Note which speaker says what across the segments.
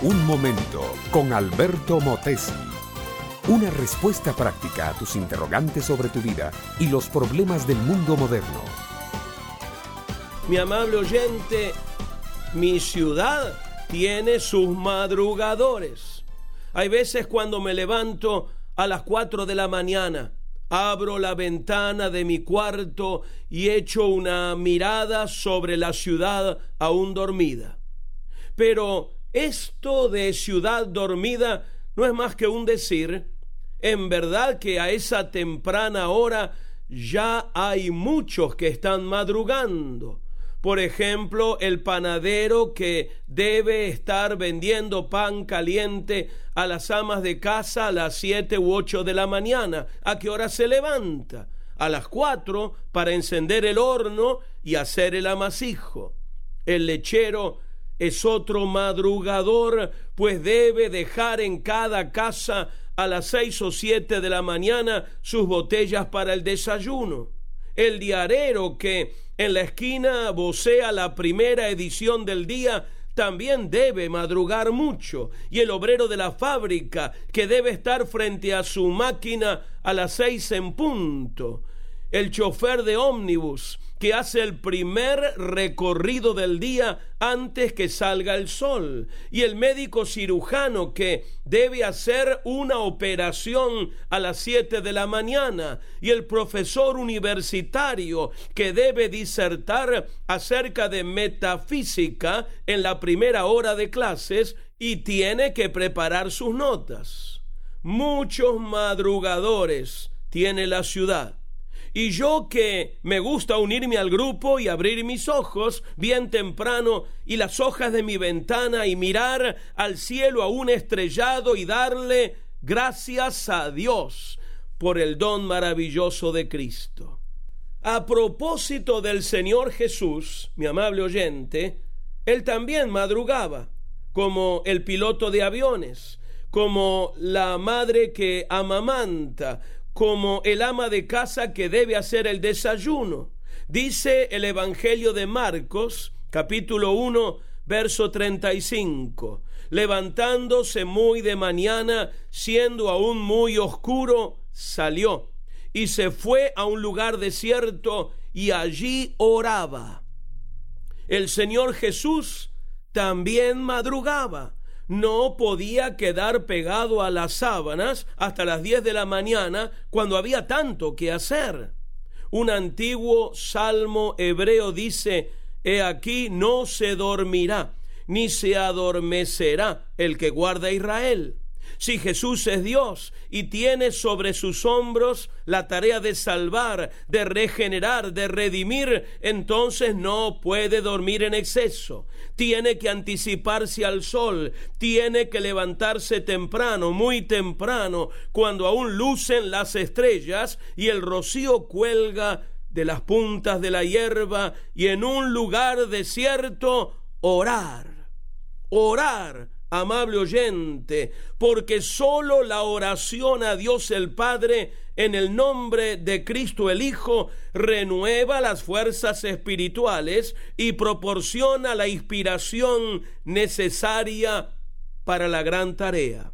Speaker 1: Un momento con Alberto Motesi. Una respuesta práctica a tus interrogantes sobre tu vida y los problemas del mundo moderno.
Speaker 2: Mi amable oyente, mi ciudad tiene sus madrugadores. Hay veces cuando me levanto a las 4 de la mañana, abro la ventana de mi cuarto y echo una mirada sobre la ciudad aún dormida. Pero esto de ciudad dormida no es más que un decir. En verdad que a esa temprana hora ya hay muchos que están madrugando. Por ejemplo, el panadero que debe estar vendiendo pan caliente a las amas de casa a las 7 u 8 de la mañana. ¿A qué hora se levanta? A las 4 para encender el horno y hacer el amasijo. El lechero es otro madrugador, pues debe dejar en cada casa a las 6 o 7 de la mañana sus botellas para el desayuno. El diarero que en la esquina vocea la primera edición del día también debe madrugar mucho, y el obrero de la fábrica que debe estar frente a su máquina a las 6 en punto. El chofer de ómnibus que hace el primer recorrido del día antes que salga el sol, y el médico cirujano que debe hacer una operación a las 7 de la mañana, y el profesor universitario que debe disertar acerca de metafísica en la primera hora de clases y tiene que preparar sus notas. Muchos madrugadores tiene la ciudad. Y yo que me gusta unirme al grupo y abrir mis ojos bien temprano y las hojas de mi ventana y mirar al cielo aún estrellado y darle gracias a Dios por el don maravilloso de Cristo. A propósito del Señor Jesús, mi amable oyente, Él también madrugaba, como el piloto de aviones, como la madre que amamanta, como el ama de casa que debe hacer el desayuno. Dice el Evangelio de Marcos, capítulo 1, verso 35. Levantándose muy de mañana, siendo aún muy oscuro, salió y se fue a un lugar desierto y allí oraba. El Señor Jesús también madrugaba. No podía quedar pegado a las sábanas hasta las 10 de la mañana cuando había tanto que hacer. Un antiguo salmo hebreo dice: «He aquí no se dormirá, ni se adormecerá el que guarda a Israel». Si Jesús es Dios y tiene sobre sus hombros la tarea de salvar, de regenerar, de redimir, entonces no puede dormir en exceso. Tiene que anticiparse al sol, tiene que levantarse temprano, muy temprano, cuando aún lucen las estrellas y el rocío cuelga de las puntas de la hierba, y en un lugar desierto orar. Amable oyente, porque solo la oración a Dios el Padre en el nombre de Cristo el Hijo renueva las fuerzas espirituales y proporciona la inspiración necesaria para la gran tarea.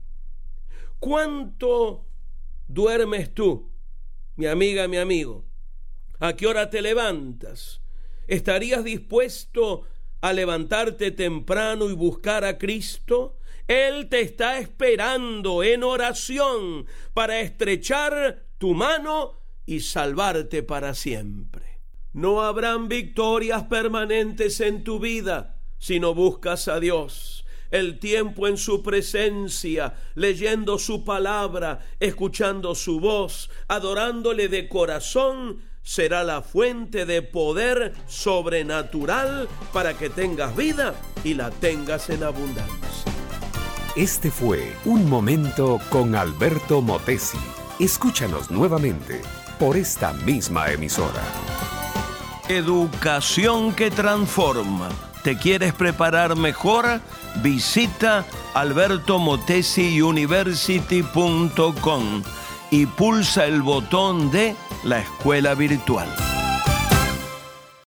Speaker 2: ¿Cuánto duermes tú, mi amiga, mi amigo? ¿A qué hora te levantas? ¿Estarías dispuesto a levantarte temprano y buscar a Cristo? Él te está esperando en oración para estrechar tu mano y salvarte para siempre. No habrán victorias permanentes en tu vida si no buscas a Dios. El tiempo en su presencia, leyendo su palabra, escuchando su voz, adorándole de corazón, será la fuente de poder sobrenatural para que tengas vida y la tengas en abundancia.
Speaker 1: Este fue Un Momento con Alberto Motesi. Escúchanos nuevamente por esta misma emisora.
Speaker 2: Educación que transforma. ¿Te quieres preparar mejor? Visita albertomotesiuniversity.com y pulsa el botón de la escuela virtual.